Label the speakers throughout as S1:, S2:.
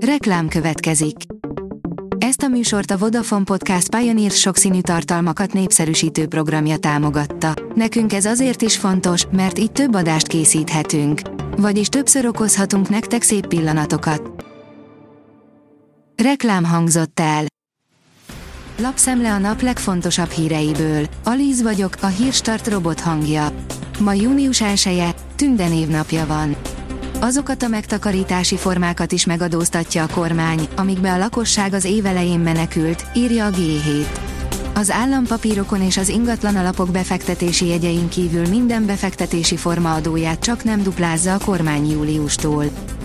S1: Reklám következik. Ezt a műsort a Vodafone Podcast Pioneer sokszínű tartalmakat népszerűsítő programja támogatta. Nekünk ez azért is fontos, mert így több adást készíthetünk. Vagyis többször okozhatunk nektek szép pillanatokat. Reklám hangzott el. Lapszemle a nap legfontosabb híreiből. Alíz vagyok, a Hírstart robot hangja. Ma június 1-e, Tünde névnapja van. Azokat a megtakarítási formákat is megadóztatja a kormány, amikbe a lakosság az év elején menekült, írja a G7. Az állampapírokon és az ingatlan alapok befektetési jegyein kívül minden befektetési forma adóját csak nem duplázza a kormány júliustól.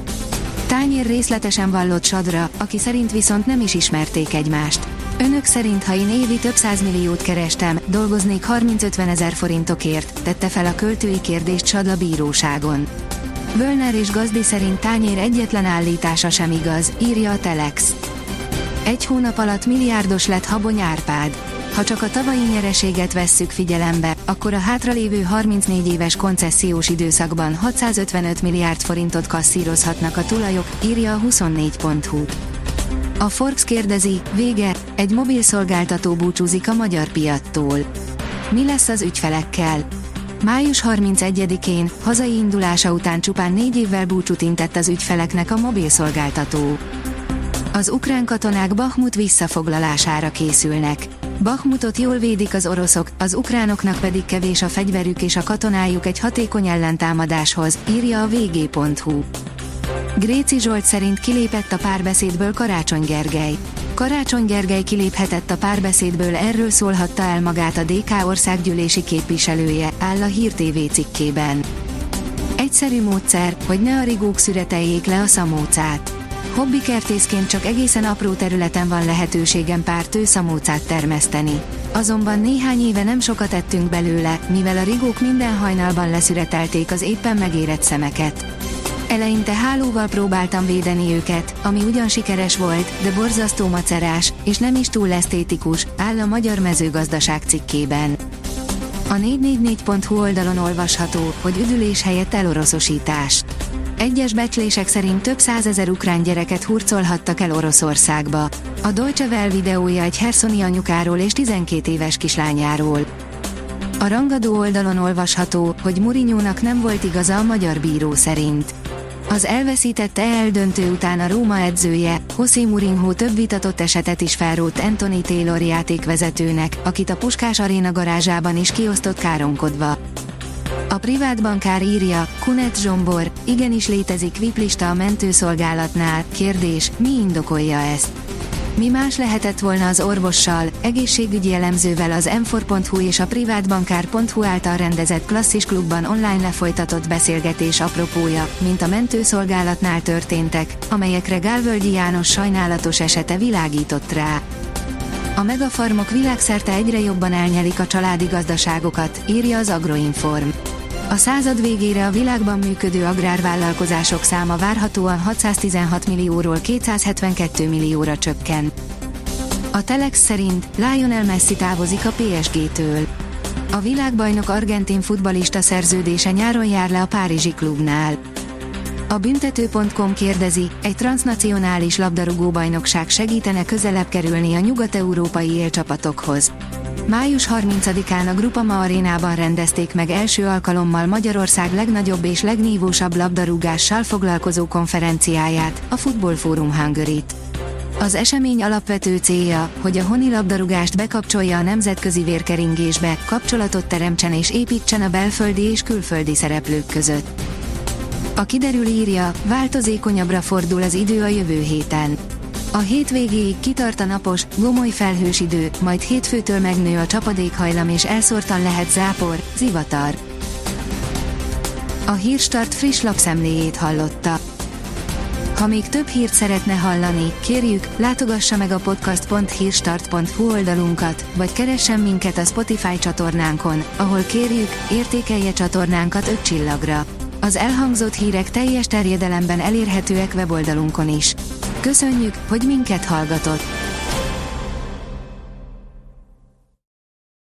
S1: Tányér részletesen vallott Sadra, aki szerint viszont nem is ismerték egymást. Önök szerint, ha én évi több 100 milliót kerestem, dolgoznék 30-50 ezer forintokért, tette fel a költői kérdést Sadla bíróságon. Völner és Gazdi szerint Tányér egyetlen állítása sem igaz, írja a Telex. Egy hónap alatt milliárdos lett Habony Árpád. Ha csak a tavalyi nyereséget vesszük figyelembe, akkor a hátralévő 34 éves koncesziós időszakban 655 milliárd forintot kasszírozhatnak a tulajok, írja a 24.hu. A Forbes kérdezi, vége, egy mobilszolgáltató búcsúzik a magyar piattól. Mi lesz az ügyfelekkel? Május 31-én, hazai indulása után csupán 4 évvel búcsút intett az ügyfeleknek a mobilszolgáltató. Az ukrán katonák Bahmut visszafoglalására készülnek. Bahmutot jól védik az oroszok, az ukránoknak pedig kevés a fegyverük és a katonájuk egy hatékony ellentámadáshoz, írja a vg.hu. Gréci Zsolt szerint kilépett a párbeszédből Karácsony Gergely. Karácsony Gergely kiléphetett a párbeszédből, erről szólhatta el magát a DK országgyűlési képviselője, áll a Hír TV cikkében. Egyszerű módszer, hogy ne a rigók szüreteljék le a szamócát. Hobbikertészként csak egészen apró területen van lehetőségem pár tőszamócát termeszteni. Azonban néhány éve nem sokat ettünk belőle, mivel a rigók minden hajnalban leszüretelték az éppen megérett szemeket. Eleinte hálóval próbáltam védeni őket, ami ugyan sikeres volt, de borzasztó macerás, és nem is túl esztétikus, áll a Magyar Mezőgazdaság cikkében. A 444.hu oldalon olvasható, hogy üdülés helyett eloroszosítás. Egyes becslések szerint több 100 000 ukrán gyereket hurcolhattak el Oroszországba. A Deutsche Welle videója egy herszoni anyukáról és 12 éves kislányáról. A rangadó oldalon olvasható, hogy Mourinhónak nem volt igaza a magyar bíró szerint. Az elveszített EL döntő után a Róma edzője, José Mourinho több vitatott esetet is felrótt Anthony Taylor játékvezetőnek, akit a Puskás Aréna garázsában is kiosztott káromkodva. A privát bankár írja, Kunet Zsombor, igenis létezik VIP-lista a mentőszolgálatnál, kérdés, mi indokolja ezt? Mi más lehetett volna az orvossal, egészségügyi elemzővel az m4.hu és a privátbankár.hu által rendezett Klasszis Klubban online lefolytatott beszélgetés apropója, mint a mentőszolgálatnál történtek, amelyekre Gálvölgyi János sajnálatos esete világított rá. A megafarmok világszerte egyre jobban elnyelik a családi gazdaságokat, írja az Agroinform. A század végére a világban működő agrárvállalkozások száma várhatóan 616 millióról 272 millióra csökken. A Telex szerint Lionel Messi távozik a PSG-től. A világbajnok argentin futballista szerződése nyáron jár le a párizsi klubnál. A büntető.com kérdezi, egy transznacionális labdarúgó-bajnokság segítene közelebb kerülni a nyugat-európai élcsapatokhoz. Május 30-án a Groupama arénában rendezték meg első alkalommal Magyarország legnagyobb és legnívósabb labdarúgással foglalkozó konferenciáját, a Football Forum Hungary-t. Az esemény alapvető célja, hogy a honi labdarúgást bekapcsolja a nemzetközi vérkeringésbe, kapcsolatot teremtsen és építsen a belföldi és külföldi szereplők között. A Kiderül írja, változékonyabbra fordul az idő a jövő héten. A hétvégéig kitart a napos, gomoly felhős idő, majd hétfőtől megnő a csapadékhajlam és elszórtan lehet zápor, zivatar. A Hírstart friss lapszemléjét hallotta. Ha még több hírt szeretne hallani, kérjük, látogassa meg a podcast.hírstart.hu oldalunkat, vagy keressen minket a Spotify csatornánkon, ahol kérjük, értékelje csatornánkat 5 csillagra. Az elhangzott hírek teljes terjedelemben elérhetőek weboldalunkon is. Köszönjük, hogy minket hallgatott!